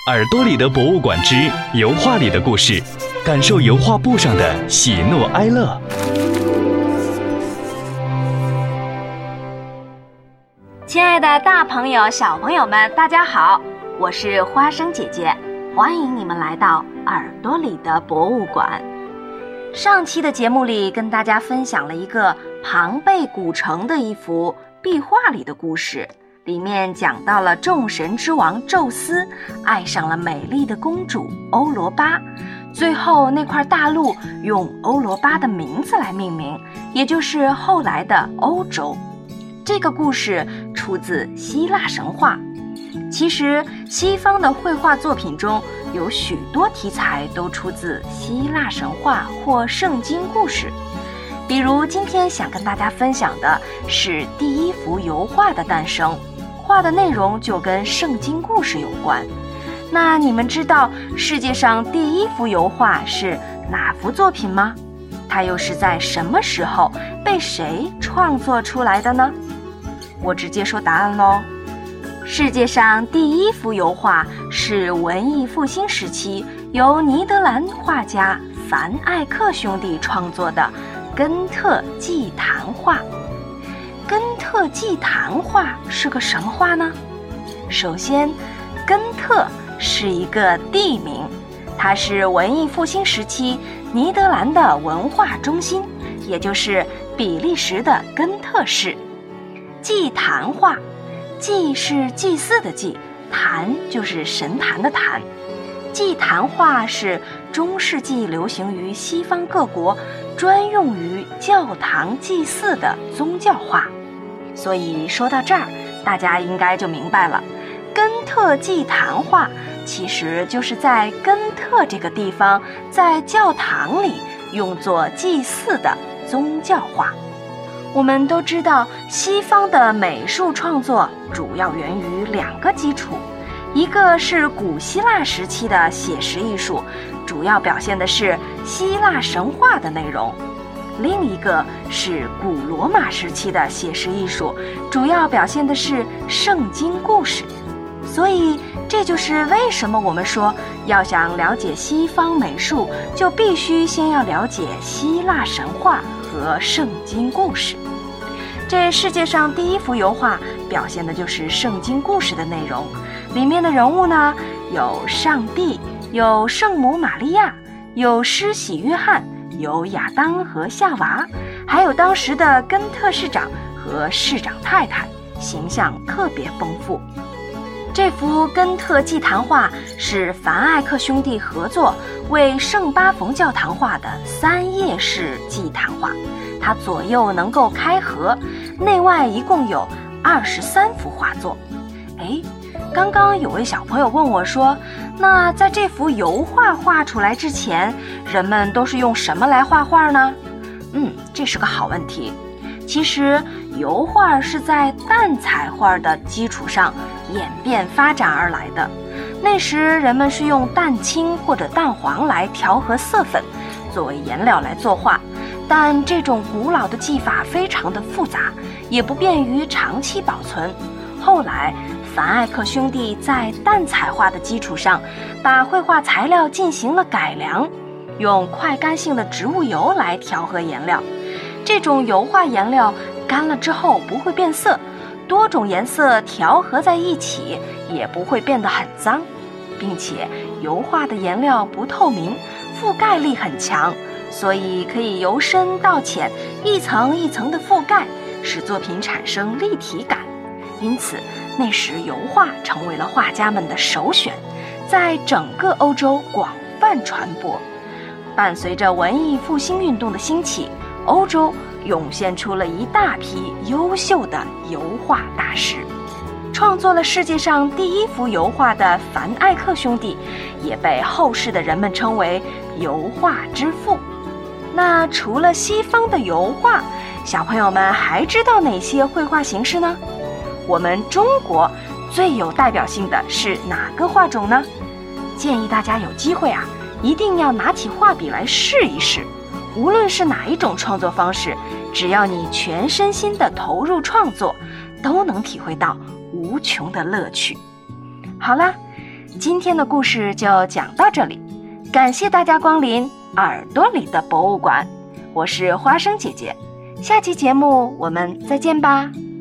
耳朵里的博物馆之油画里的故事，感受油画布上的喜怒哀乐。 亲爱的大朋友小朋友们，大家好，我是花生姐姐，欢迎你们来到耳朵里的博物馆。上期的节目里跟大家分享了一个庞贝古城的一幅壁画里的故事，里面讲到了众神之王宙斯爱上了美丽的公主欧罗巴，最后那块大陆用欧罗巴的名字来命名，也就是后来的欧洲。这个故事出自希腊神话。其实西方的绘画作品中有许多题材都出自希腊神话或圣经故事，比如今天想跟大家分享的是第一幅油画的诞生，画的内容就跟圣经故事有关。那你们知道世界上第一幅油画是哪幅作品吗？它又是在什么时候被谁创作出来的呢？我直接说答案咯。世界上第一幅油画是文艺复兴时期由尼德兰画家凡艾克兄弟创作的根特祭坛画。根特祭坛画是个什么画呢？首先，根特是一个地名，它是文艺复兴时期尼德兰的文化中心，也就是比利时的根特市。祭坛画，祭是祭祀的祭，坛就是神坛的坛。祭坛画是中世纪流行于西方各国，专用于教堂祭祀的宗教画。所以说到这儿，大家应该就明白了，根特祭坛画其实就是在根特这个地方，在教堂里用作祭祀的宗教画。我们都知道，西方的美术创作主要源于两个基础，一个是古希腊时期的写实艺术，主要表现的是希腊神话的内容；另一个是古罗马时期的写实艺术，主要表现的是圣经故事。所以这就是为什么我们说要想了解西方美术，就必须先要了解希腊神话和圣经故事。这世界上第一幅油画表现的就是圣经故事的内容，里面的人物呢，有上帝，有圣母玛利亚，有施洗约翰，有亚当和夏娃，还有当时的根特市长和市长太太，形象特别丰富。这幅根特祭坛画是凡艾克兄弟合作为圣巴冯教堂画的3页式祭坛画，它左右能够开合，内外一共有23幅画作。刚刚有位小朋友问我说，那在这幅油画画出来之前，人们都是用什么来画画呢？这是个好问题。其实油画是在淡彩画的基础上演变发展而来的。那时人们是用淡青或者淡黄来调和色粉，作为颜料来作画，但这种古老的技法非常的复杂，也不便于长期保存。后来凡艾克兄弟在淡彩画的基础上，把绘画材料进行了改良，用快干性的植物油来调和颜料。这种油画颜料干了之后不会变色，多种颜色调和在一起也不会变得很脏，并且油画的颜料不透明，覆盖力很强，所以可以由深到浅，一层一层的覆盖，使作品产生立体感。因此那时油画成为了画家们的首选，在整个欧洲广泛传播。伴随着文艺复兴运动的兴起，欧洲涌现出了一大批优秀的油画大师。创作了世界上第一幅油画的凡艾克兄弟，也被后世的人们称为油画之父。那除了西方的油画，小朋友们还知道哪些绘画形式呢？我们中国最有代表性的是哪个画种呢？建议大家有机会一定要拿起画笔来试一试。无论是哪一种创作方式，只要你全身心地投入创作，都能体会到无穷的乐趣。好啦， 今天的故事就讲到这里，感谢大家光临耳朵里的博物馆，我是花生姐姐，下期节目我们再见吧。